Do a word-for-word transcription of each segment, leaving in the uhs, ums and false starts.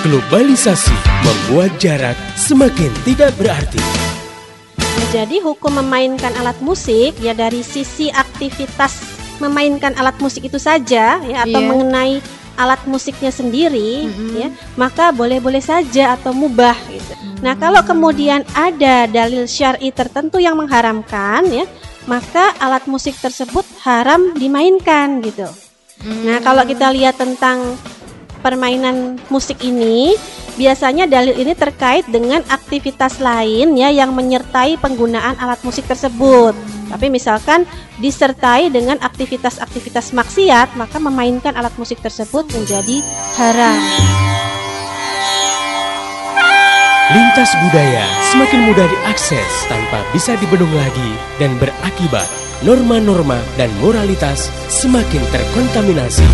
Globalisasi membuat jarak semakin tidak berarti. Jadi hukum memainkan alat musik ya dari sisi aktivitas memainkan alat musik itu saja ya atau yeah. mengenai alat musiknya sendiri mm-hmm. ya maka boleh-boleh saja atau mubah gitu. Mm-hmm. Nah, kalau kemudian ada dalil syar'i tertentu yang mengharamkan ya maka alat musik tersebut haram dimainkan gitu. Mm-hmm. Nah, kalau kita lihat tentang permainan musik ini, biasanya dalil ini terkait dengan aktivitas lain ya yang menyertai penggunaan alat musik tersebut. Tapi misalkan disertai dengan aktivitas-aktivitas maksiat, maka memainkan alat musik tersebut menjadi haram. Lintas budaya semakin mudah diakses tanpa bisa dibendung lagi dan berakibat norma-norma dan moralitas semakin terkontaminasi.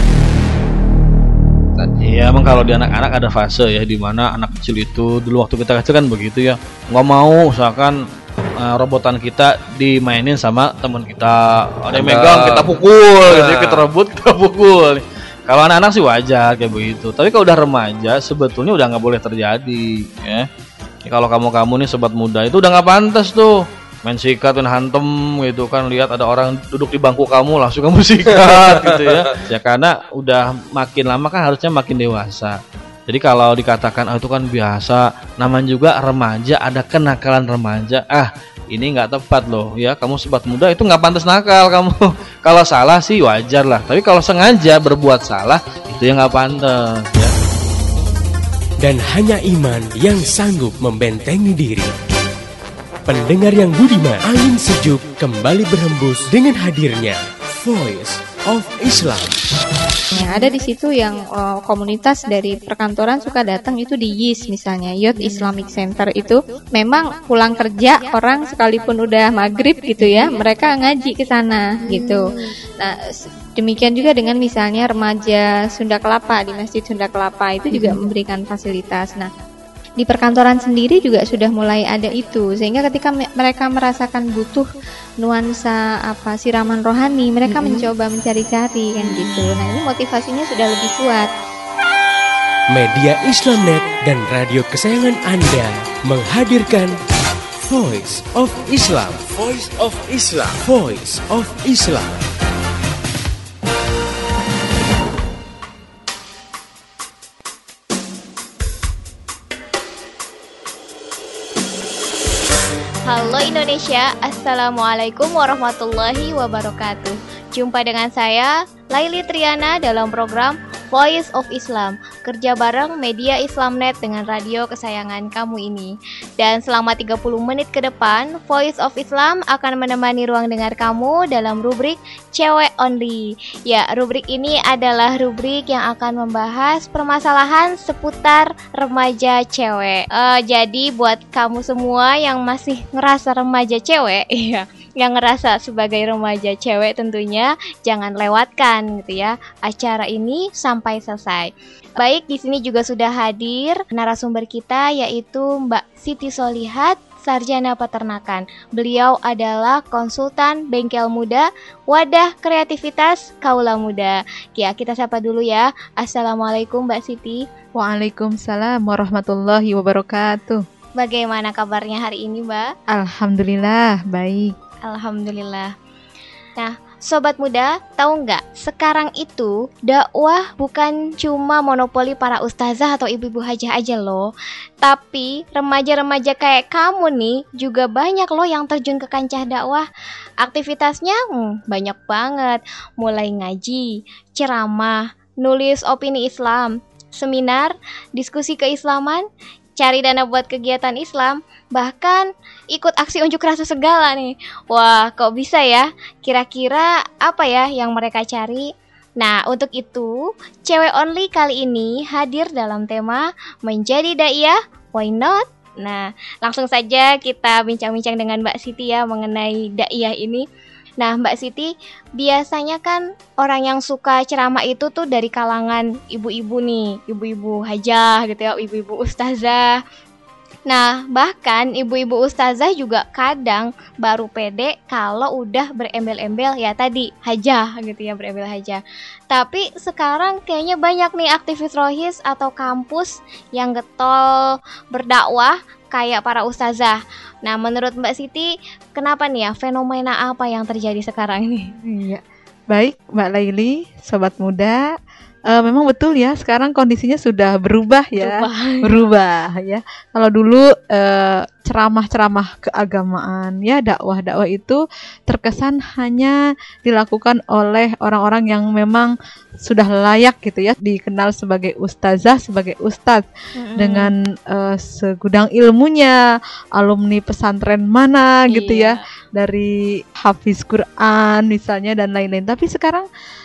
Iya, emang kalau di anak-anak ada fase ya di mana anak kecil itu dulu waktu kita kecil kan begitu ya, nggak mau misalkan uh, robotan kita dimainin sama teman kita, ada yang megang kita pukul, nah. gitu kita rebut kita pukul. Kalau anak-anak sih wajar kayak begitu, tapi kalau udah remaja sebetulnya udah nggak boleh terjadi ya. Ya kalau kamu-kamu nih sobat muda itu udah nggak pantas tuh main sikat dan hantem gitu kan, lihat ada orang duduk di bangku kamu langsung kamu sikat gitu ya. Ya karena udah makin lama kan harusnya makin dewasa. Jadi kalau dikatakan ah, itu kan biasa, namanya juga remaja, ada kenakalan remaja. Ah, ini nggak tepat loh ya. Kamu sobat muda itu nggak pantas nakal kamu. Kalau salah sih wajar lah, tapi kalau sengaja berbuat salah itu yang nggak pantas ya. Dan hanya iman yang sanggup membentengi diri. Pendengar yang budiman, angin sejuk kembali berhembus dengan hadirnya Voice of Islam. Nah, ada di situ yang uh, komunitas dari perkantoran suka datang itu di Y I S misalnya, Youth Islamic Center itu memang pulang kerja orang sekalipun udah maghrib gitu ya, mereka ngaji ke sana gitu. Nah, demikian juga dengan misalnya remaja Sunda Kelapa di Masjid Sunda Kelapa itu juga memberikan fasilitas. Nah, di perkantoran sendiri juga sudah mulai ada itu, sehingga ketika me- mereka merasakan butuh nuansa apa siraman rohani, mereka mm-hmm. mencoba mencari-cari kan gitu. Nah, ini motivasinya sudah lebih kuat. Media Islamnet dan radio kesayangan Anda menghadirkan Voice of Islam. Voice of Islam. Voice of Islam. Halo Indonesia, Assalamualaikum warahmatullahi wabarakatuh. Jumpa dengan saya, Laili Triana dalam program Voice of Islam, kerja bareng media Islamnet dengan radio kesayangan kamu ini. Dan selama tiga puluh menit ke depan, Voice of Islam akan menemani ruang dengar kamu dalam rubrik Cewek Only. Ya, rubrik ini adalah rubrik yang akan membahas permasalahan seputar remaja cewek. Uh, jadi buat kamu semua yang masih ngerasa remaja cewek, ya, yang ngerasa sebagai remaja cewek tentunya jangan lewatkan gitu ya acara ini sampai selesai. Baik, di sini juga sudah hadir narasumber kita yaitu Mbak Siti Solihat, sarjana peternakan. Beliau adalah konsultan bengkel muda, wadah kreativitas kaula muda. Ya, kita sapa dulu ya. Assalamualaikum Mbak Siti. Waalaikumsalam warahmatullahi wabarakatuh. Bagaimana kabarnya hari ini, Mbak? Alhamdulillah, baik. Alhamdulillah. Nah, sobat muda, tahu nggak? Sekarang itu dakwah bukan cuma monopoli para ustazah atau ibu-ibu hajah aja loh. Tapi remaja-remaja kayak kamu nih juga banyak loh yang terjun ke kancah dakwah. Aktivitasnya hmm, banyak banget. Mulai ngaji, ceramah, nulis opini Islam, seminar, diskusi keislaman, cari dana buat kegiatan Islam, bahkan ikut aksi unjuk rasa segala nih. Wah, kok bisa ya? Kira-kira apa ya yang mereka cari? Nah, untuk itu, Cewek Only kali ini hadir dalam tema Menjadi Daiyah, Why Not? Nah, langsung saja kita bincang-bincang dengan Mbak Siti ya mengenai daiyah ini. Nah, Mbak Siti, biasanya kan orang yang suka ceramah itu tuh dari kalangan ibu-ibu nih, ibu-ibu hajah gitu ya, ibu-ibu ustazah. Nah, bahkan ibu-ibu ustazah juga kadang baru pede kalau udah berembel-embel ya tadi hajah gitu ya, berembel hajah. Tapi sekarang kayaknya banyak nih aktivis rohis atau kampus yang getol berdakwah kayak para ustazah. Nah, menurut Mbak Siti, kenapa nih ya, fenomena apa yang terjadi sekarang ini? Iya. Baik, Mbak Laili, sobat muda, uh, memang betul ya, sekarang kondisinya sudah berubah ya, Berubah. berubah ya. Kalau dulu uh, ceramah-ceramah keagamaan ya, dakwah-dakwah itu terkesan hanya dilakukan oleh orang-orang yang memang sudah layak gitu ya, dikenal sebagai ustazah, sebagai ustadz, mm-hmm. dengan uh, segudang ilmunya, alumni pesantren mana gitu Iya. ya, dari hafiz Quran misalnya dan lain-lain. Tapi sekarang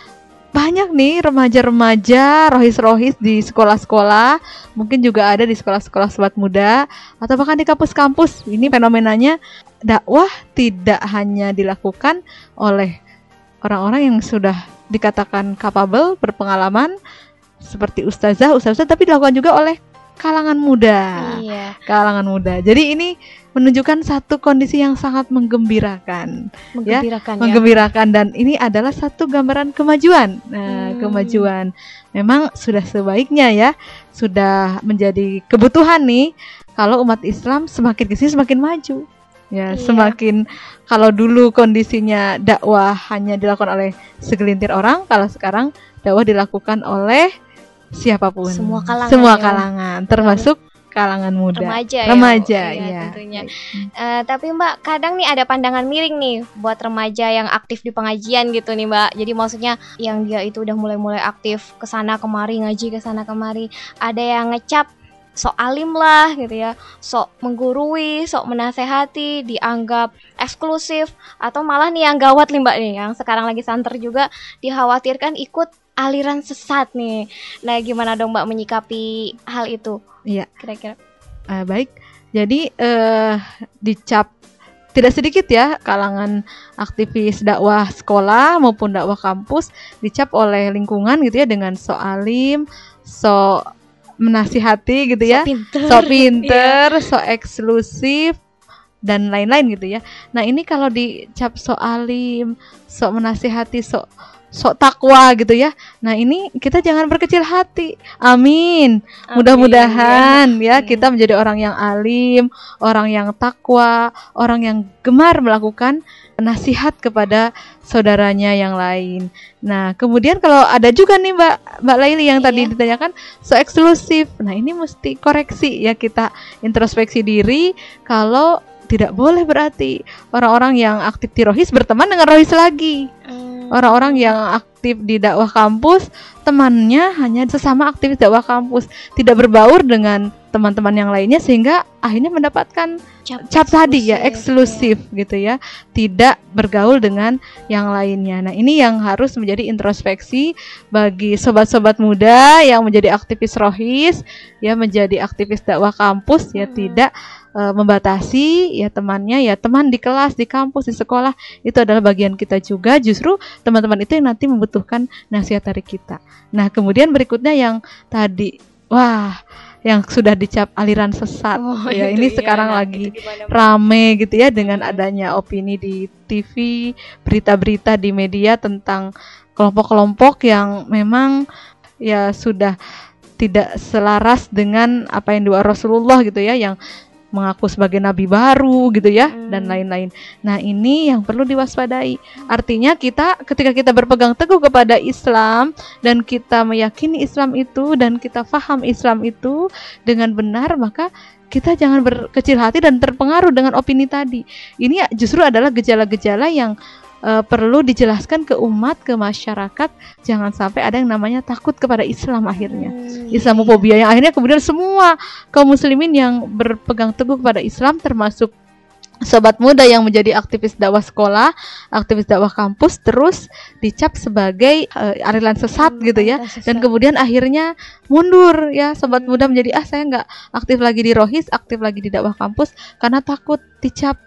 banyak nih remaja-remaja rohis-rohis di sekolah-sekolah, mungkin juga ada di sekolah-sekolah sobat muda, atau bahkan di kampus-kampus. Ini fenomenanya, dakwah tidak hanya dilakukan oleh orang-orang yang sudah dikatakan capable, berpengalaman, seperti ustazah, ustazah, tapi dilakukan juga oleh kalangan muda. Iya. Kalangan muda. Jadi ini menunjukkan satu kondisi yang sangat menggembirakan, Menggembirakan ya, ya. menggembirakan, dan ini adalah satu gambaran kemajuan. Nah, Hmm. kemajuan memang sudah sebaiknya ya, sudah menjadi kebutuhan nih. Kalau umat Islam semakin kesini semakin maju, ya, Iya. semakin. Kalau dulu kondisinya dakwah hanya dilakukan oleh segelintir orang, kalau sekarang dakwah dilakukan oleh siapapun, Semua kalangan semua ya. kalangan, termasuk kalangan muda, Remaja, remaja, ya, iya. tentunya. Uh, tapi Mbak, kadang nih ada pandangan miring nih buat remaja yang aktif di pengajian gitu nih Mbak. Jadi maksudnya yang dia itu udah mulai-mulai aktif kesana kemari, ngaji kesana kemari, ada yang ngecap sok alim lah gitu ya, sok menggurui, sok menasehati, dianggap eksklusif, atau malah nih yang gawat nih Mbak nih, yang sekarang lagi santer juga, dikhawatirkan ikut aliran sesat nih. Nah, gimana dong Mbak menyikapi hal itu? Iya. Kira-kira. Uh, baik, jadi uh, dicap tidak sedikit ya kalangan aktivis dakwah sekolah maupun dakwah kampus dicap oleh lingkungan gitu ya dengan sok alim, sok menasihati gitu ya, Sok pinter, sok pinter, sok eksklusif dan lain-lain gitu ya. Nah ini kalau dicap sok alim, sok menasihati, sok sok takwa gitu ya. Nah ini kita jangan berkecil hati. Amin. Mudah-mudahan ya kita menjadi orang yang alim, orang yang takwa, orang yang gemar melakukan nasihat kepada saudaranya yang lain. Nah kemudian kalau ada juga nih Mbak Mbak Laili yang Iya. tadi ditanyakan so eksklusif. Nah ini mesti koreksi ya, kita introspeksi diri. Kalau tidak boleh berarti orang-orang yang aktif di rohis berteman dengan rohis lagi. Hmm. Orang-orang yang aktif di dakwah kampus, temannya hanya sesama aktivis dakwah kampus, tidak berbaur dengan teman-teman yang lainnya, sehingga akhirnya mendapatkan Cap, cap tadi ya, eksklusif, eksklusif gitu ya, tidak bergaul dengan yang lainnya. Nah ini yang harus menjadi introspeksi bagi sobat-sobat muda yang menjadi aktivis rohis, ya, menjadi aktivis dakwah kampus, ya, Hmm. tidak uh, membatasi ya temannya, ya teman di kelas, di kampus, di sekolah, itu adalah bagian kita juga. Justru teman-teman itu yang nanti membutuhkan nasihat dari kita. Nah kemudian berikutnya yang tadi, wah, yang sudah dicap aliran sesat, Oh, ya itu ini iya. sekarang Nah, lagi itu gimana, Mbak? rame gitu ya dengan adanya opini di T V, berita-berita di media tentang kelompok-kelompok yang memang ya sudah tidak selaras dengan apa yang doa Rasulullah gitu ya, yang mengaku sebagai nabi baru gitu ya, Hmm. dan lain-lain. Nah ini yang perlu diwaspadai. Artinya kita ketika kita berpegang teguh kepada Islam dan kita meyakini Islam itu dan kita faham Islam itu dengan benar, maka kita jangan berkecil hati dan terpengaruh dengan opini tadi. Ini justru adalah gejala-gejala yang uh, perlu dijelaskan ke umat, ke masyarakat. Jangan sampai ada yang namanya takut kepada Islam akhirnya. Hmm, Islamofobia yang akhirnya kemudian semua kaum muslimin yang berpegang teguh kepada Islam, termasuk sobat muda yang menjadi aktivis dakwah sekolah, aktivis dakwah kampus, terus dicap sebagai uh, aliran sesat Hmm, gitu ya, aliran sesat. dan kemudian akhirnya mundur ya sobat muda menjadi ah saya nggak aktif lagi di rohis, aktif lagi di dakwah kampus karena takut dicap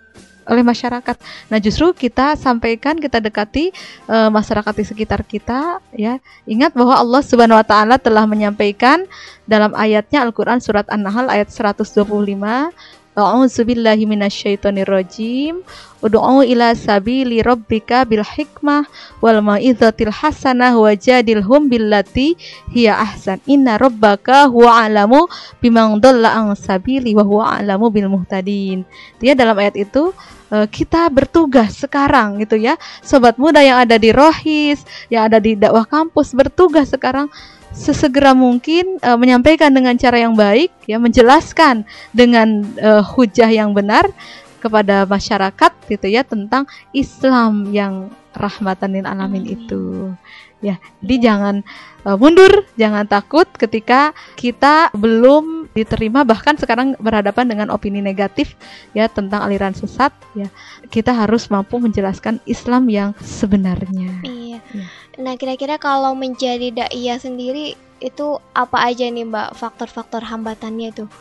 oleh masyarakat. Nah, justru kita sampaikan, kita dekati uh, masyarakat di sekitar kita, ya. Ingat bahwa Allah Subhanahu wa taala telah menyampaikan dalam ayatnya Al-Qur'an surat An-Nahl ayat seratus dua puluh lima, A'udzubillahi minasyaitonirrajim. Ud'u ila sabili rabbika bil hikmah wal mau'izatil hasanah wajadilhum billati hiya ahsan. Inna rabbaka huwa a'lamu biman dhalla an sabili wa huwa a'lamu bil muhtadin. Dia dalam ayat itu kita bertugas sekarang gitu ya. Sobat muda yang ada di Rohis, yang ada di dakwah kampus, bertugas sekarang sesegera mungkin uh, menyampaikan dengan cara yang baik, ya, menjelaskan dengan uh, hujah yang benar kepada masyarakat gitu ya tentang Islam yang rahmatan lil alamin itu. Ya, jadi jangan uh, mundur, jangan takut ketika kita belum diterima, bahkan sekarang berhadapan dengan opini negatif ya tentang aliran sesat, ya. Kita harus mampu menjelaskan Islam yang sebenarnya. Iya. Ya. Nah, kira-kira kalau menjadi daiyah sendiri itu apa aja nih, Mbak, faktor-faktor hambatannya itu?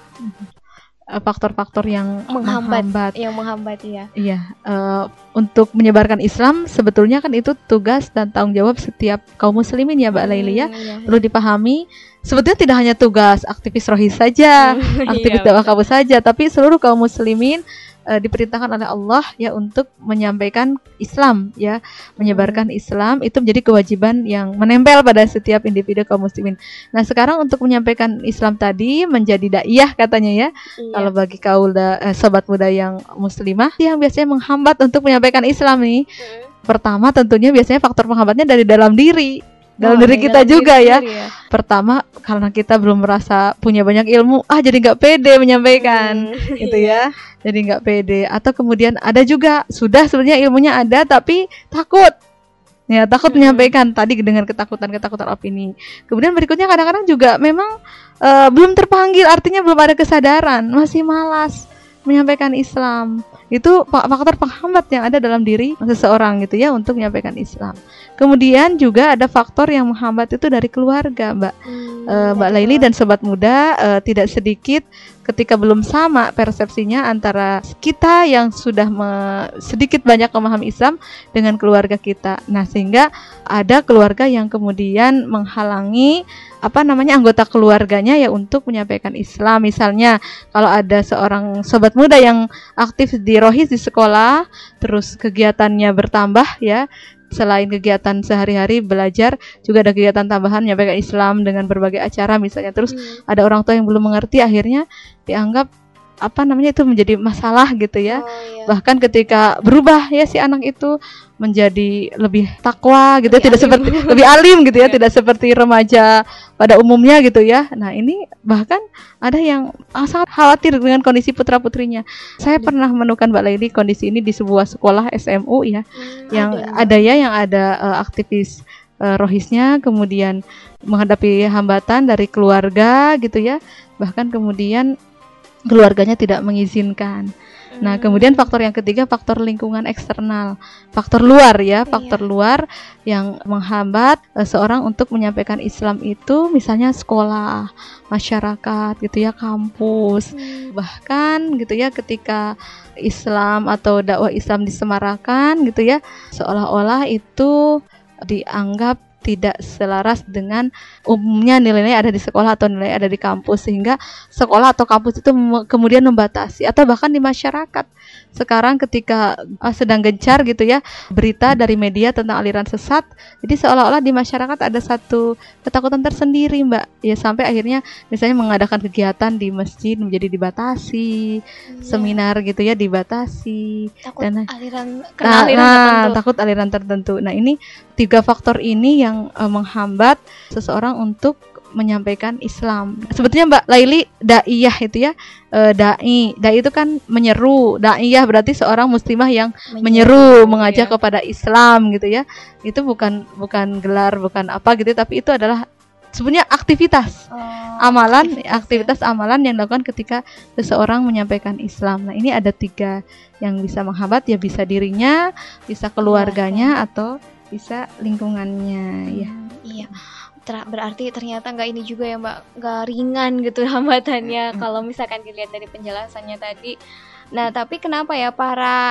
Faktor-faktor yang menghambat, menghambat. yang menghambat ya. Iya, uh, untuk menyebarkan Islam sebetulnya kan itu tugas dan tanggung jawab setiap kaum muslimin ya, Mbak Laili ya. Hmm, iya. Perlu dipahami, sebetulnya tidak hanya tugas aktivis Rohis saja, Hmm, aktivis iya, dakwah kampus saja, tapi seluruh kaum muslimin uh, diperintahkan oleh Allah ya untuk menyampaikan Islam, ya, menyebarkan Islam itu menjadi kewajiban yang menempel pada setiap individu kaum muslimin. Nah, sekarang untuk menyampaikan Islam tadi menjadi daiyah katanya ya. Iya. Kalau bagi kaul eh, sobat muda yang muslimah yang biasanya menghambat untuk menyampaikan Islam nih, Hmm. pertama tentunya biasanya faktor penghambatnya dari dalam diri. Dalam Oh, diri dari kita dalam juga diri ya. sendiri ya. Pertama karena kita belum merasa punya banyak ilmu, ah jadi nggak pede menyampaikan, Hmm, gitu ya. Jadi nggak pede. Atau kemudian ada juga sudah sebenarnya ilmunya ada tapi takut, ya takut Hmm. menyampaikan tadi dengan ketakutan-ketakutan opini. Kemudian berikutnya kadang-kadang juga memang uh, belum terpanggil, artinya belum ada kesadaran, masih malas menyampaikan Islam. Itu faktor penghambat yang ada dalam diri seseorang gitu ya untuk menyampaikan Islam. Kemudian juga ada faktor yang menghambat itu dari keluarga, Mbak. Hmm, Uh, Mbak Laili dan sobat muda, uh, tidak sedikit ketika belum sama persepsinya antara kita yang sudah me- sedikit banyak memahami Islam dengan keluarga kita. Nah, sehingga ada keluarga yang kemudian menghalangi apa namanya anggota keluarganya ya untuk menyampaikan Islam. Misalnya kalau ada seorang sobat muda yang aktif di Rohis di sekolah, terus kegiatannya bertambah ya. Selain kegiatan sehari-hari belajar, juga ada kegiatan tambahan menyampaikan Islam dengan berbagai acara misalnya. Terus Hmm. ada orang tua yang belum mengerti, akhirnya dianggap apa namanya itu menjadi masalah gitu ya. Oh, iya. Bahkan ketika berubah ya si anak itu menjadi lebih takwa gitu ya, Lebih tidak alim. seperti lebih alim gitu ya, Iya. tidak seperti remaja pada umumnya gitu ya. Nah, ini bahkan ada yang ah, sangat khawatir dengan kondisi putra-putrinya. Saya pernah menemukan Mbak Laili kondisi ini di sebuah sekolah S M U ya, Hmm, yang ada. ada ya yang ada uh, aktivis uh, Rohisnya kemudian menghadapi hambatan dari keluarga gitu ya, bahkan kemudian keluarganya tidak mengizinkan. Nah, kemudian faktor yang ketiga faktor lingkungan eksternal, faktor luar ya, faktor Iya. luar yang menghambat uh, seorang untuk menyampaikan Islam itu, misalnya sekolah, masyarakat gitu ya, kampus, Hmm. bahkan gitu ya ketika Islam atau dakwah Islam disemarakan gitu ya, seolah-olah itu dianggap tidak selaras dengan umumnya nilai-nilai ada di sekolah atau nilai ada di kampus, sehingga sekolah atau kampus itu mem- kemudian membatasi. Atau bahkan di masyarakat sekarang ketika uh, sedang gencar gitu ya berita dari media tentang aliran sesat, jadi seolah-olah di masyarakat ada satu ketakutan tersendiri, Mbak, ya, sampai akhirnya misalnya mengadakan kegiatan di masjid menjadi dibatasi, Iya. seminar gitu ya dibatasi, Takut dan aliran kena Nah, aliran nah, tertentu. takut aliran tertentu. Nah, ini tiga faktor ini yang uh, menghambat seseorang untuk menyampaikan Islam. Sebetulnya Mbak Laili daiyah itu ya, uh, dai. Dai itu kan menyeru. Daiyah berarti seorang muslimah yang menyeru, mengajak ya. kepada Islam gitu ya. Itu bukan bukan gelar, bukan apa gitu, tapi itu adalah sebenarnya aktivitas. Oh, Amalan, aktivitas, aktivitas amalan yang dilakukan ketika seseorang menyampaikan Islam. Nah, ini ada tiga yang bisa menghambat, ya bisa dirinya, bisa keluarganya, atau bisa lingkungannya, ya. Hmm, iya. Ter- berarti ternyata nggak ini juga ya, Mbak, nggak ringan gitu hambatannya kalau misalkan dilihat dari penjelasannya tadi. Nah, tapi kenapa ya para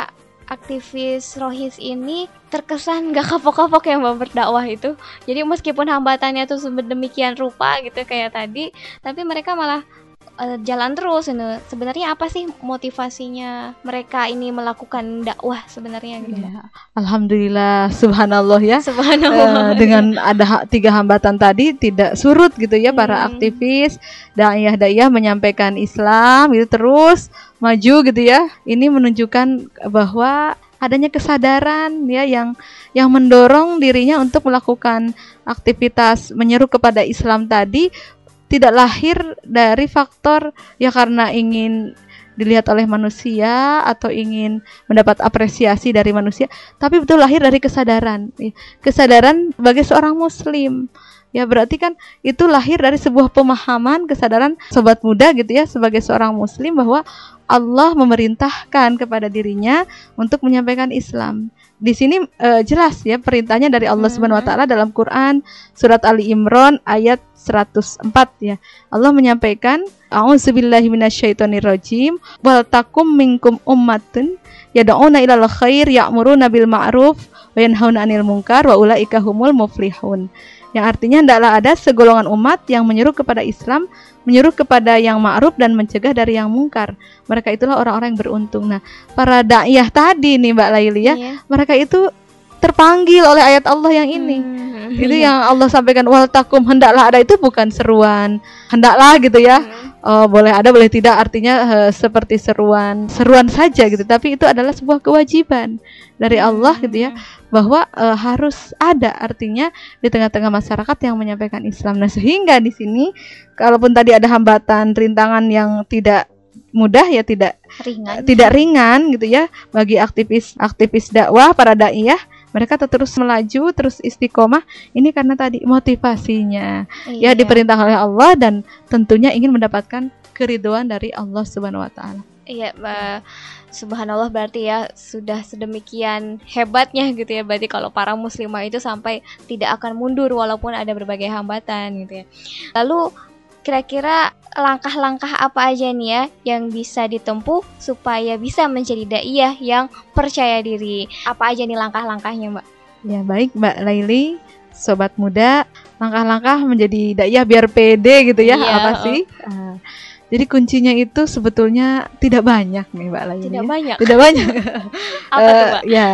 aktivis Rohis ini terkesan gak kapok-kapok ya Mbak berdakwah itu. Jadi meskipun hambatannya tuh sedemikian rupa gitu kayak tadi, tapi mereka malah uh, jalan terus. Ini sebenarnya apa sih motivasinya mereka ini melakukan dakwah sebenarnya gitu? Ya, Alhamdulillah, subhanallah ya. Subhanallah. Uh, dengan ada ha- tiga hambatan tadi tidak surut gitu ya, hmm. para aktivis daiyah-daiyah menyampaikan Islam gitu terus maju gitu ya. Ini menunjukkan bahwa adanya kesadaran ya yang yang mendorong dirinya untuk melakukan aktivitas menyeru kepada Islam tadi tidak lahir dari faktor ya karena ingin dilihat oleh manusia atau ingin mendapat apresiasi dari manusia, tapi betul lahir dari kesadaran ya. Kesadaran sebagai seorang muslim. Ya berarti kan itu lahir dari sebuah pemahaman, kesadaran sobat muda gitu ya sebagai seorang muslim bahwa Allah memerintahkan kepada dirinya untuk menyampaikan Islam. Di sini uh, jelas ya perintahnya dari Allah Subhanahu wa taala dalam Quran surat Ali Imran ayat seratus empat ya. Allah menyampaikan A'udzubillahi minasyaitonirrajim wal takum minkum ummatun yad'una ilal khair ya'muruna bil ma'ruf wa yanhauna 'anil munkar wa ulaika humul muflihun. Yang artinya hendaklah ada segolongan umat yang menyuruh kepada Islam, menyuruh kepada yang ma'ruf dan mencegah dari yang mungkar. Mereka itulah orang-orang yang beruntung. Nah, para daiyah tadi nih Mbak Laili ya, yeah. mereka itu terpanggil oleh ayat Allah yang ini. Hmm. Itu yang Allah sampaikan wal takum, hendaklah ada, itu bukan seruan hendaklah gitu ya. Hmm. Oh, boleh ada boleh tidak, artinya uh, seperti seruan seruan saja gitu, tapi itu adalah sebuah kewajiban dari Allah gitu ya, bahwa uh, harus ada, artinya di tengah-tengah masyarakat yang menyampaikan Islam. Nah, sehingga di sini kalaupun tadi ada hambatan, rintangan yang tidak mudah ya, tidak ringan. tidak ringan gitu ya bagi aktivis aktivis dakwah, para daiyah, mereka terus melaju, terus istiqomah. Ini karena tadi motivasinya iya. ya diperintah oleh Allah dan tentunya ingin mendapatkan keridhaan dari Allah Subhanahu wa taala. Iya, Mbak. Subhanallah, berarti ya sudah sedemikian hebatnya gitu ya. Berarti kalau para muslimah itu sampai tidak akan mundur walaupun ada berbagai hambatan gitu ya. Lalu kira-kira langkah-langkah apa aja nih ya yang bisa ditempuh supaya bisa menjadi daiyah yang percaya diri? Apa aja nih langkah-langkahnya, Mbak? Ya, baik Mbak Laili, sobat muda, langkah-langkah menjadi daiyah biar pede gitu ya, iya, apa sih? Oh. Uh, jadi kuncinya itu sebetulnya tidak banyak nih Mbak Laili. Tidak ya. banyak. Tidak banyak. Apa uh, tuh, Mbak? Ya.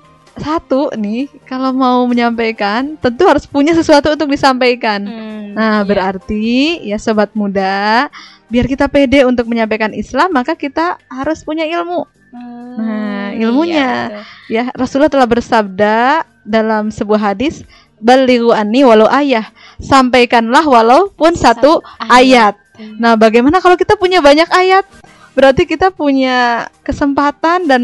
Satu nih, kalau mau menyampaikan tentu harus punya sesuatu untuk disampaikan. Hmm, nah, iya. Berarti ya sobat muda, biar kita pede untuk menyampaikan Islam, maka kita harus punya ilmu. Hmm, nah, ilmunya iya, ya Rasulullah telah bersabda dalam sebuah hadis, balighu anni walau ayah, sampaikanlah walaupun satu, satu ayat. ayat. Hmm. Nah, bagaimana kalau kita punya banyak ayat? Berarti kita punya kesempatan dan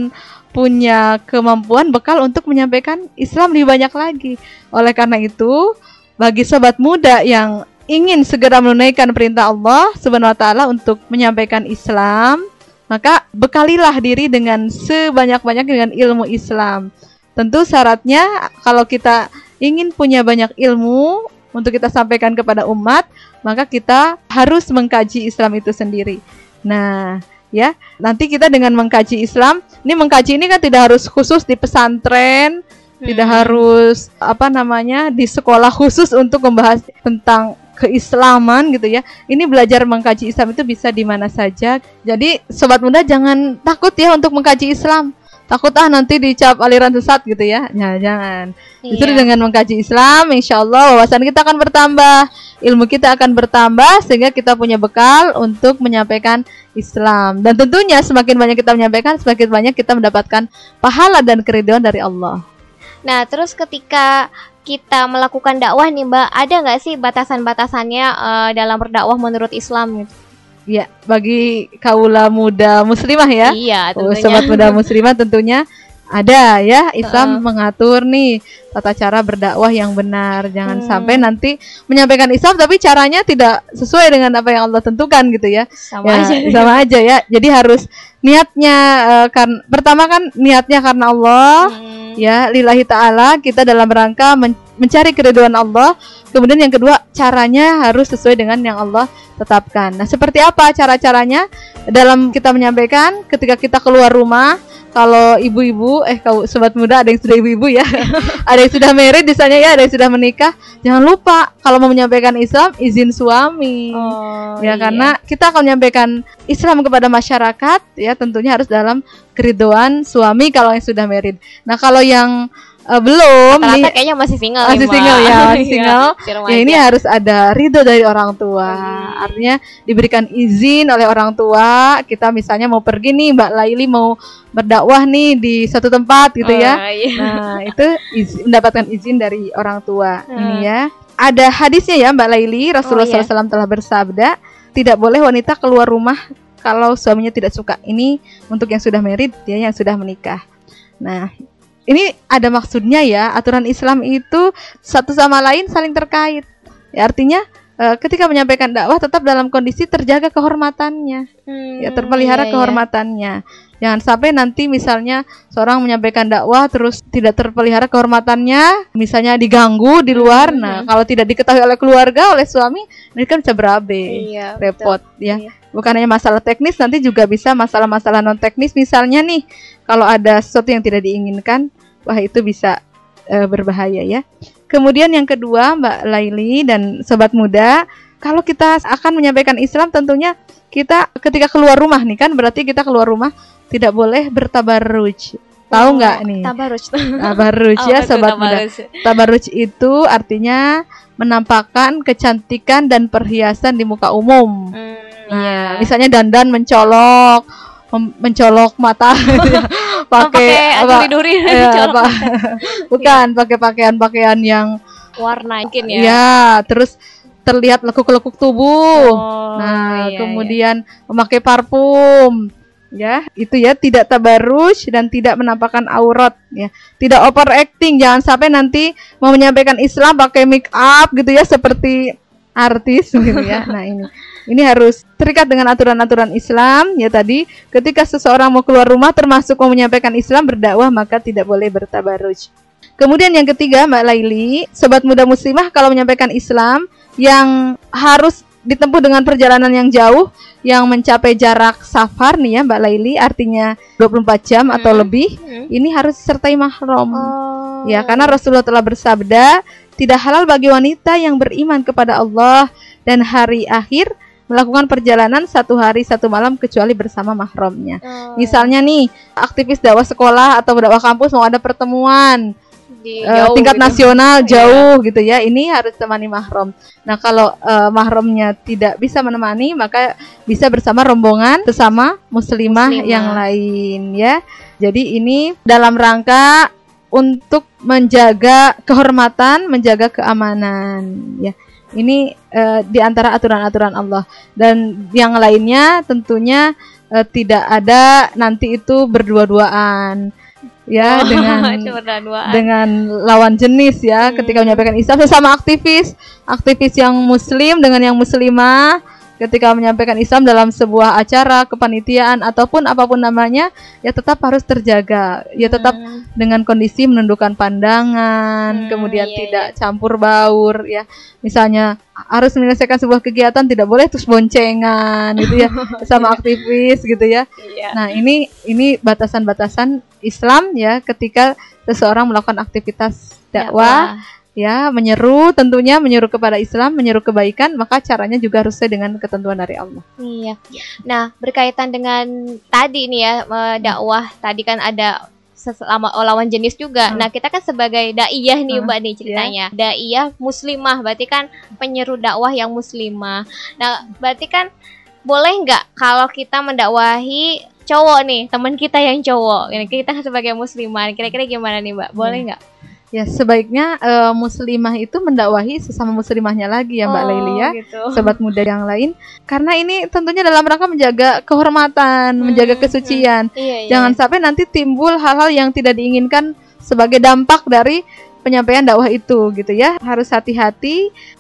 punya kemampuan bekal untuk menyampaikan Islam lebih banyak lagi. Oleh karena itu, bagi sobat muda yang ingin segera menunaikan perintah Allah Subhanahu wa taala untuk menyampaikan Islam, maka bekalilah diri dengan sebanyak-banyak dengan ilmu Islam. Tentu syaratnya kalau kita ingin punya banyak ilmu untuk kita sampaikan kepada umat, maka kita harus mengkaji Islam itu sendiri. Nah, ya, nanti kita dengan mengkaji Islam, ini mengkaji ini kan tidak harus khusus di pesantren, hmm. tidak harus apa namanya di sekolah khusus untuk membahas tentang keislaman gitu ya. Ini belajar mengkaji Islam itu bisa di mana saja. Jadi sobat muda jangan takut ya untuk mengkaji Islam. Takut ah nanti dicap aliran sesat gitu ya. Nah, jangan. Justru iya. dengan mengkaji Islam, insya Allah wawasan kita akan bertambah, ilmu kita akan bertambah, sehingga kita punya bekal untuk menyampaikan Islam. Dan tentunya semakin banyak kita menyampaikan, semakin banyak kita mendapatkan pahala dan keridhaan dari Allah. Nah, terus ketika kita melakukan dakwah nih Mbak, ada nggak sih batasan-batasannya uh, dalam berdakwah menurut Islam gitu? Ya, bagi kaula muda muslimah ya. Iya, tentunya. Oh, sobat muda muslimah tentunya ada ya. Islam uh. mengatur nih tata cara berdakwah yang benar. Jangan hmm. sampai nanti menyampaikan Islam tapi caranya tidak sesuai dengan apa yang Allah tentukan gitu ya. Sama ya, aja. Sama aja ya. Jadi harus niatnya uh, kan pertama kan niatnya karena Allah. Hmm. Ya, lillahi ta'ala, kita dalam rangka men- mencari keridhaan Allah. Kemudian yang kedua, caranya harus sesuai dengan yang Allah tetapkan. Nah, seperti apa cara-caranya? Dalam kita menyampaikan ketika kita keluar rumah, kalau ibu-ibu, eh kau sobat muda, ada yang sudah ibu-ibu ya, ada yang sudah married misalnya ya, ada yang sudah menikah, jangan lupa kalau mau menyampaikan Islam izin suami, Oh, ya iya. karena kita akan menyampaikan Islam kepada masyarakat, ya tentunya harus dalam keridhaan suami kalau yang sudah married. Nah kalau yang uh, belum Rata-rata nih, kayaknya masih single masih nih, Mbak. single ya, masih Iya, single. masih Ya remaja. ini harus ada ridho dari orang tua. Hmm. Artinya diberikan izin oleh orang tua. Kita misalnya mau pergi nih, Mbak Laili mau berdakwah nih di suatu tempat gitu Oh, ya. iya. Nah itu iz- mendapatkan izin dari orang tua. Hmm. Ini ya. Ada hadisnya ya Mbak Laili. Rasulullah Oh, iya. shallallahu alaihi wasallam telah bersabda, tidak boleh wanita keluar rumah kalau suaminya tidak suka. Ini untuk yang sudah married ya, yang sudah menikah. Nah ini ada maksudnya ya, aturan Islam itu satu sama lain saling terkait. Ya, artinya e, ketika menyampaikan dakwah tetap dalam kondisi terjaga kehormatannya, Hmm, ya terpelihara iya, iya. kehormatannya. Jangan sampai nanti misalnya seorang menyampaikan dakwah terus tidak terpelihara kehormatannya, misalnya diganggu di luar. Hmm. Nah, kalau tidak diketahui oleh keluarga, oleh suami, ini kan bisa berabe, Iya, repot ya. Iya. Bukan hanya masalah teknis, nanti juga bisa masalah-masalah non teknis. Misalnya nih, kalau ada sesuatu yang tidak diinginkan, wah itu bisa e, berbahaya ya. Kemudian yang kedua, Mbak Laili dan sobat muda, kalau kita akan menyampaikan Islam, tentunya kita ketika keluar rumah nih kan, berarti kita keluar rumah tidak boleh bertabarruj. Tahu nggak nih? Tabarruj. Tabarruj Apa ya tuh sobat muda. tabarruj? Tabarruj itu artinya menampakkan kecantikan dan perhiasan di muka umum. Hmm, Nah, iya. misalnya dandan mencolok, mem- mencolok mata, gitu ya. Oh, pakai apa? duri-duri eh, colok apa? Bukan, pakai pakaian-pakaian yang warna mungkin ya. ya, terus terlihat lekuk-lekuk tubuh. Oh, Nah, iya, kemudian memakai parfum. Ya, itu ya tidak tabarruj dan tidak menampakkan aurat ya. Tidak overacting, jangan sampai nanti mau menyampaikan Islam pakai make up gitu ya seperti artis gitu ya. Nah, ini ini harus terikat dengan aturan-aturan Islam ya tadi. Ketika seseorang mau keluar rumah termasuk mau menyampaikan Islam, berdakwah, maka tidak boleh bertabarruj. Kemudian yang ketiga, Mbak Laili, sobat muda muslimah kalau menyampaikan Islam yang harus ditempuh dengan perjalanan yang jauh, yang mencapai jarak safar nih ya Mbak Laili, artinya dua puluh empat jam atau Hmm. lebih, Hmm. ini harus sertai mahram. Oh. Ya, karena Rasulullah telah bersabda, tidak halal bagi wanita yang beriman kepada Allah dan hari akhir melakukan perjalanan satu hari satu malam kecuali bersama mahramnya. Oh. Misalnya nih, aktivis dakwah sekolah atau dakwah kampus mau ada pertemuan Di eh, jauh tingkat gitu. nasional Iya. jauh gitu ya, ini harus temani mahram. Nah kalau eh, mahramnya tidak bisa menemani, maka bisa bersama rombongan sesama muslimah, Muslimah. yang lain ya. Jadi ini dalam rangka untuk menjaga kehormatan, menjaga keamanan ya. Ini eh, di antara aturan-aturan Allah. Dan yang lainnya tentunya eh, tidak ada nanti itu berdua-duaan ya, Oh, dengan cuma dua-duaan. dengan lawan jenis ya. Hmm. Ketika menyampaikan Islam sesama aktivis, aktivis yang muslim dengan yang muslimah, ketika menyampaikan Islam dalam sebuah acara kepanitiaan ataupun apapun namanya, ya tetap harus terjaga. Ya tetap Hmm. dengan kondisi menundukkan pandangan, Hmm, kemudian iya, tidak campur baur ya. Misalnya harus menyelesaikan sebuah kegiatan, tidak boleh terus boncengan gitu ya sama aktivis gitu ya. Iya. Nah, ini ini batasan-batasan Islam ya ketika seseorang melakukan aktivitas dakwah ya, menyeru, tentunya menyeru kepada Islam, menyeru kebaikan, maka caranya juga harus sesuai dengan ketentuan dari Allah. Iya. Nah, berkaitan dengan tadi nih ya, eh, dakwah tadi kan ada sesama lawan jenis juga. Hmm. Nah, kita kan sebagai daiyah nih, Hmm, Mbak nih ceritanya. Daiyah muslimah, berarti kan penyeru dakwah yang muslimah. Nah, berarti kan boleh nggak kalau kita mendakwahi cowok nih, teman kita yang cowok. Ini kita sebagai muslimah, kira-kira gimana nih, Mbak? Boleh nggak? Ya, sebaiknya eh, muslimah itu mendakwahi sesama muslimahnya lagi ya Mbak Oh, Laili ya. gitu. Sobat muda yang lain, karena ini tentunya dalam rangka menjaga kehormatan, Hmm, menjaga kesucian. Iya, iya. Jangan sampai nanti timbul hal-hal yang tidak diinginkan sebagai dampak dari penyampaian dakwah itu gitu ya. Harus hati-hati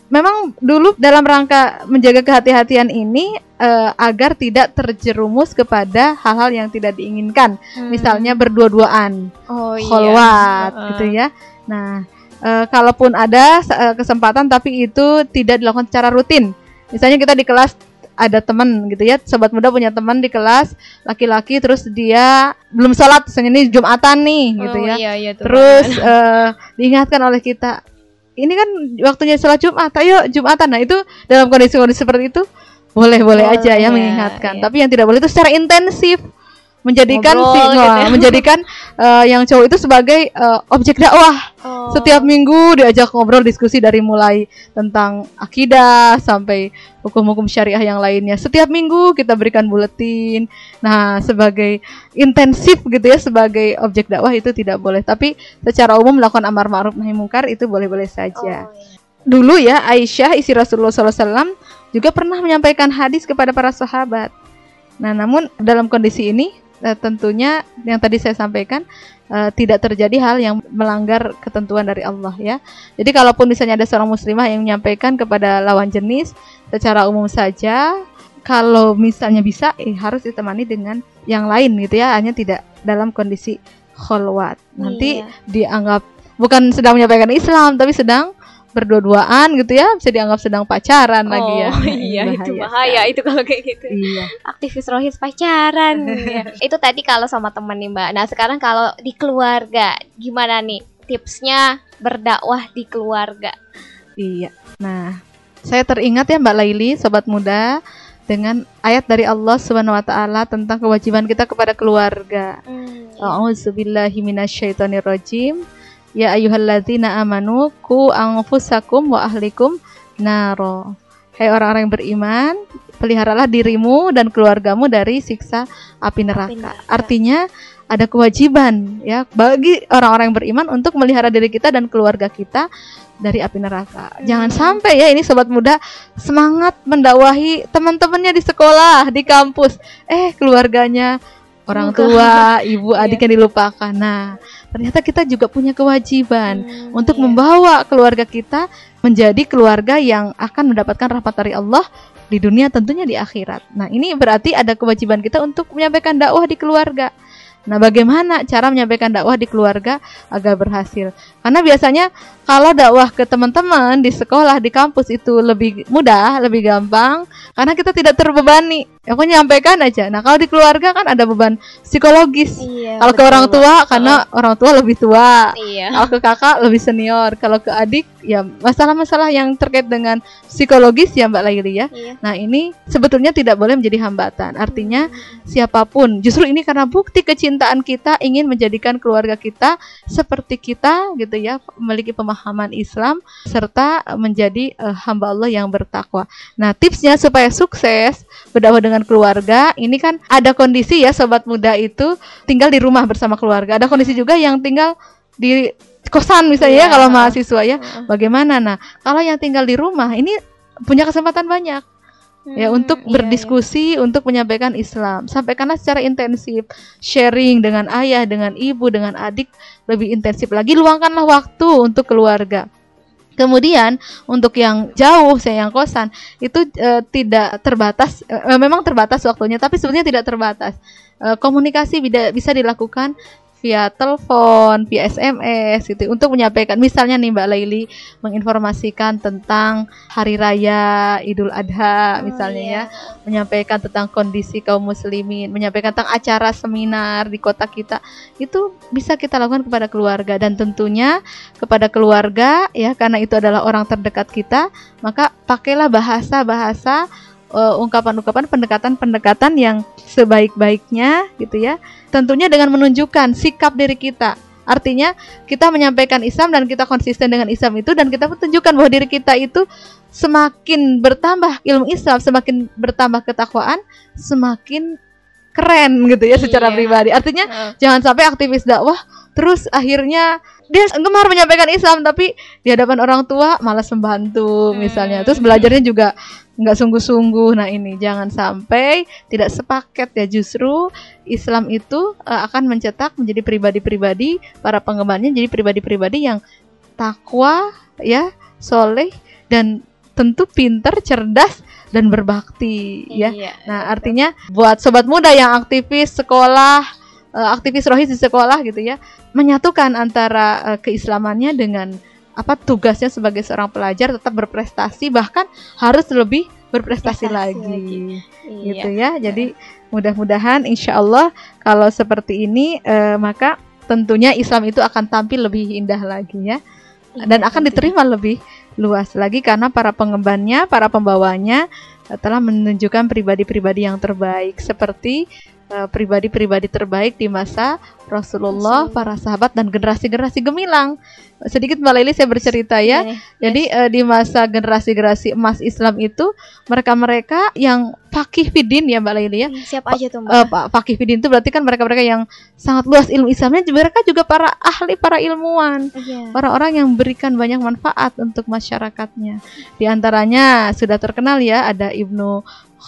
memang dulu dalam rangka menjaga kehati-hatian ini uh, agar tidak terjerumus kepada hal-hal yang tidak diinginkan, hmm. misalnya berdua-duaan, oh, kholwat, iya. gitu ya. Nah, uh, kalaupun ada uh, kesempatan tapi itu tidak dilakukan secara rutin. Misalnya kita di kelas ada teman gitu ya, sobat muda punya teman di kelas laki-laki, terus dia belum sholat, misalnya ini Jumatan nih, oh, gitu ya. Iya, iya, terus uh, diingatkan oleh kita, ini kan waktunya sholat Jumat, ayo Jumatan. Nah itu dalam kondisi-kondisi seperti itu boleh-boleh oh, aja ya, ya mengingatkan. Iya. Tapi yang tidak boleh itu secara intensif, menjadikan si, gitu ya. menjadikan uh, yang cowok itu sebagai uh, objek dakwah. Oh. Setiap minggu diajak ngobrol, diskusi dari mulai tentang akidah sampai hukum-hukum syariah yang lainnya. Setiap minggu kita berikan buletin. Nah, sebagai intensif gitu ya, sebagai objek dakwah itu tidak boleh. Tapi secara umum melakukan amar ma'ruf nahi munkar itu boleh-boleh saja. Oh, iya. Dulu ya Aisyah istri Rasulullah shallallahu alaihi wasallam juga pernah menyampaikan hadis kepada para sahabat. Nah, namun dalam kondisi ini Uh, tentunya yang tadi saya sampaikan uh, tidak terjadi hal yang melanggar ketentuan dari Allah ya. Jadi kalaupun misalnya ada seorang muslimah yang menyampaikan kepada lawan jenis secara umum saja, kalau misalnya bisa eh harus ditemani dengan yang lain gitu ya, hanya tidak dalam kondisi kholwat. Nanti iya. dianggap bukan sedang menyampaikan Islam tapi sedang berdua-duaan gitu ya, bisa dianggap sedang pacaran oh, lagi ya. Oh iya, bahaya itu bahaya kan? Itu kalau kayak gitu. Iya. Aktivis rohis pacaran. Ya. Itu tadi kalau sama teman nih Mbak. Nah sekarang kalau di keluarga, gimana nih tipsnya berdakwah di keluarga? Iya. Nah, saya teringat ya Mbak Laili, sobat muda, dengan ayat dari Allah Subhanahu wa taala tentang kewajiban kita kepada keluarga. Hmm, iya. A'udzubillahi minasyaitonirrajim. Ya ayyuhalladzina amanu qu anfusakum wa ahlikum naro. Hai orang-orang yang beriman, peliharalah dirimu dan keluargamu dari siksa api neraka. Api neraka. Artinya ada kewajiban ya bagi orang-orang yang beriman untuk melihara diri kita dan keluarga kita dari api neraka. Hmm. Jangan sampai ya ini sobat muda semangat mendakwahi teman-temannya di sekolah, di kampus, eh keluarganya orang tua, ibu, adik yang dilupakan. Nah, ternyata kita juga punya kewajiban hmm, untuk iya. membawa keluarga kita menjadi keluarga yang akan mendapatkan rahmat dari Allah di dunia, tentunya di akhirat. Nah, ini berarti ada kewajiban kita untuk menyampaikan dakwah di keluarga. Nah, bagaimana cara menyampaikan dakwah di keluarga agar berhasil? Karena biasanya kalau dakwah ke teman-teman di sekolah, di kampus itu lebih mudah, lebih gampang, karena kita tidak terbebani. Aku nyampaikan aja. Nah, kalau di keluarga kan ada beban psikologis. Iya, kalau ke orang tua, karena oh. orang tua lebih tua. Iya. Kalau ke kakak lebih senior. Kalau ke adik, ya masalah-masalah yang terkait dengan psikologis ya Mbak Laili ya. Iya. Nah, ini sebetulnya tidak boleh menjadi hambatan. Artinya siapapun, justru ini karena bukti kecintaan kita ingin menjadikan keluarga kita seperti kita gitu ya, memiliki pemahaman Islam serta menjadi uh, hamba Allah yang bertakwa. Nah, tipsnya supaya sukses berdakwah dengan keluarga, ini kan ada kondisi ya sobat muda itu tinggal di rumah bersama keluarga. Ada kondisi juga yang tinggal di kosan misalnya yeah. ya kalau mahasiswa ya. Bagaimana? Nah, kalau yang tinggal di rumah ini punya kesempatan banyak. Hmm, ya untuk iya, berdiskusi, iya. untuk menyampaikan Islam. Sampaikanlah secara intensif, sharing dengan ayah, dengan ibu, dengan adik lebih intensif lagi. Luangkanlah waktu untuk keluarga. Kemudian untuk yang jauh, saya yang kosan itu e, tidak terbatas, e, memang terbatas waktunya, tapi sebenarnya tidak terbatas. E, komunikasi bida, bisa dilakukan via telepon, via S M S gitu untuk menyampaikan, misalnya nih Mbak Laili menginformasikan tentang hari raya Idul Adha misalnya oh, iya. ya, menyampaikan tentang kondisi kaum muslimin, menyampaikan tentang acara seminar di kota kita, itu bisa kita lakukan kepada keluarga dan tentunya kepada keluarga ya, karena itu adalah orang terdekat kita, maka pakailah bahasa-bahasa Uh, ungkapan-ungkapan pendekatan-pendekatan yang sebaik-baiknya gitu ya, tentunya dengan menunjukkan sikap diri kita. Artinya kita menyampaikan Islam dan kita konsisten dengan Islam itu, dan kita tunjukkan bahwa diri kita itu semakin bertambah ilmu Islam, semakin bertambah ketakwaan, semakin keren gitu ya secara iya. pribadi. Artinya uh. jangan sampai aktivis dakwah terus akhirnya dia gemar menyampaikan Islam tapi di hadapan orang tua malas membantu hmm. misalnya, terus belajarnya juga nggak sungguh-sungguh. Nah, ini jangan sampai tidak sepaket ya. Justru Islam itu uh, akan mencetak menjadi pribadi-pribadi, para pengembannya jadi pribadi-pribadi yang takwa ya, soleh, dan tentu pinter, cerdas, dan berbakti ya. Iya, Nah, artinya buat sobat muda yang aktivis sekolah, uh, aktivis rohis di sekolah gitu ya, menyatukan antara uh, keislamannya dengan apa tugasnya sebagai seorang pelajar, tetap berprestasi, bahkan harus lebih berprestasi Prestasi lagi, lagi. gitu Iya. ya. Jadi mudah-mudahan insya Allah kalau seperti ini uh, maka tentunya Islam itu akan tampil lebih indah lagi ya, dan Iya, akan tentunya. diterima lebih luas lagi karena para pengembannya, para pembawanya uh, telah menunjukkan pribadi-pribadi yang terbaik seperti uh, pribadi-pribadi terbaik di masa Rasulullah, Rasul. para sahabat dan generasi-generasi gemilang. Sedikit Mbak Laili saya bercerita ya. Iya nih. Jadi uh, di masa generasi-generasi emas Islam itu mereka-mereka yang faqih fidin ya Mbak Laili ya. Siapa aja tuh Mbak? Uh, Pak Fakih Fidin itu berarti kan mereka-mereka yang sangat luas ilmu Islamnya, mereka juga para ahli, para ilmuwan, Iya. orang-orang yang memberikan banyak manfaat untuk masyarakatnya. Di antaranya sudah terkenal ya, ada Ibnu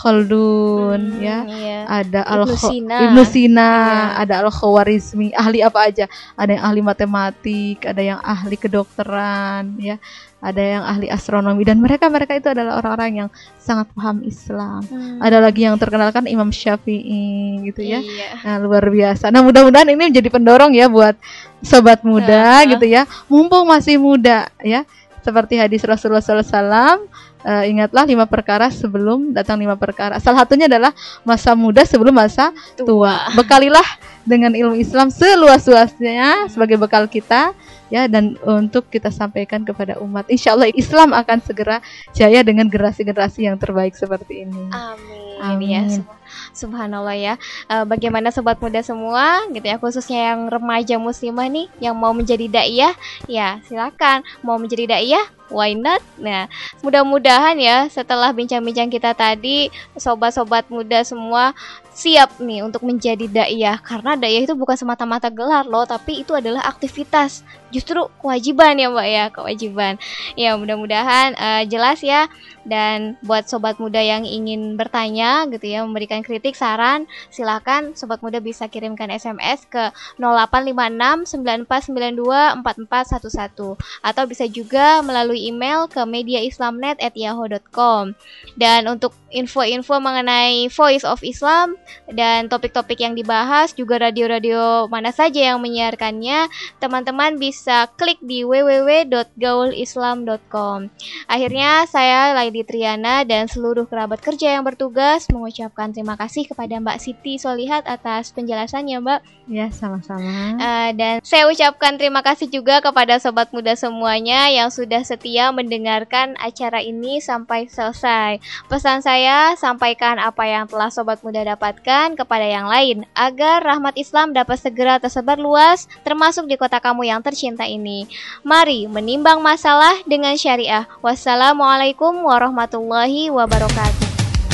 Khaldun Hmm, ya, iya. ada Ibnu Al Sina. Ibnu Sina, Iya. ada Al Khawarizmi, ahli apa aja? Ada yang ahli matematik, ada yang ahli kedokteran ya, ada yang ahli astronomi, dan mereka-mereka itu adalah orang-orang yang sangat paham Islam. Hmm, Ada lagi yang terkenal kan Imam Syafi'i gitu ya. Iya. Nah, luar biasa. Nah, mudah-mudahan ini menjadi pendorong ya buat sobat muda Uh-huh. gitu ya. Mumpung masih muda ya. Seperti hadis Rasulullah shallallahu alaihi wasallam, eh, ingatlah lima perkara sebelum datang lima perkara. Salah satunya adalah masa muda sebelum masa tua. Bekalilah dengan ilmu Islam seluas-luasnya sebagai bekal kita ya, dan untuk kita sampaikan kepada umat. Insya Allah Islam akan segera jaya dengan generasi-generasi yang terbaik seperti ini. Amin. Amin. Ya, Sub- Subhanallah ya. Eh, bagaimana sobat muda semua gitu ya, khususnya yang remaja muslimah nih yang mau menjadi daiyah, ya silakan. Mau menjadi daiyah, why not? Nah, mudah-mudahan ya setelah bincang-bincang kita tadi, sobat-sobat muda semua siap nih untuk menjadi daiyah, karena daiyah itu bukan semata-mata gelar loh, tapi itu adalah aktivitas, justru kewajiban ya Mbak ya, kewajiban. Ya mudah-mudahan eh, jelas ya. Dan buat sobat muda yang ingin bertanya gitu ya, memberikan kritik, saran, silakan sobat muda bisa kirimkan S M S ke nol delapan lima enam sembilan empat sembilan dua empat empat satu satu, atau bisa juga melalui email ke mediaislamnet at yahoo dot com. Dan untuk info-info mengenai Voice of Islam dan topik-topik yang dibahas, juga radio-radio mana saja yang menyiarkannya, teman-teman bisa klik di w w w dot gaul islam dot com. Akhirnya saya Laili Triana dan seluruh kerabat kerja yang bertugas mengucapkan terima kasih kepada Mbak Siti Solihat atas penjelasannya Mbak. Ya, sama-sama. Uh, dan saya ucapkan terima kasih juga kepada sobat muda semuanya yang sudah setia mendengarkan acara ini sampai selesai. Pesan saya, sampaikan apa yang telah sobat muda dapatkan kepada yang lain, agar rahmat Islam dapat segera tersebar luas, termasuk di kota kamu yang tercinta ini. Mari menimbang masalah dengan syariah. Wassalamualaikum warahmatullahi wabarakatuh.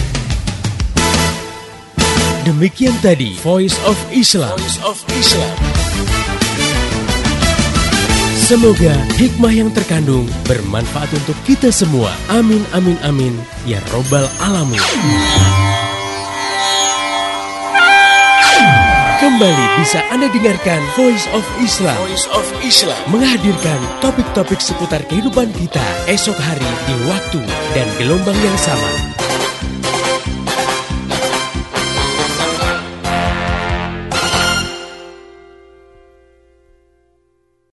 Demikian tadi Voice of Islam. Voice of Islam. Semoga hikmah yang terkandung bermanfaat untuk kita semua. Amin amin amin ya robbal alamin. Kembali bisa Anda dengarkan Voice of Islam. Voice of Islam menghadirkan topik-topik seputar kehidupan kita esok hari di waktu dan gelombang yang sama.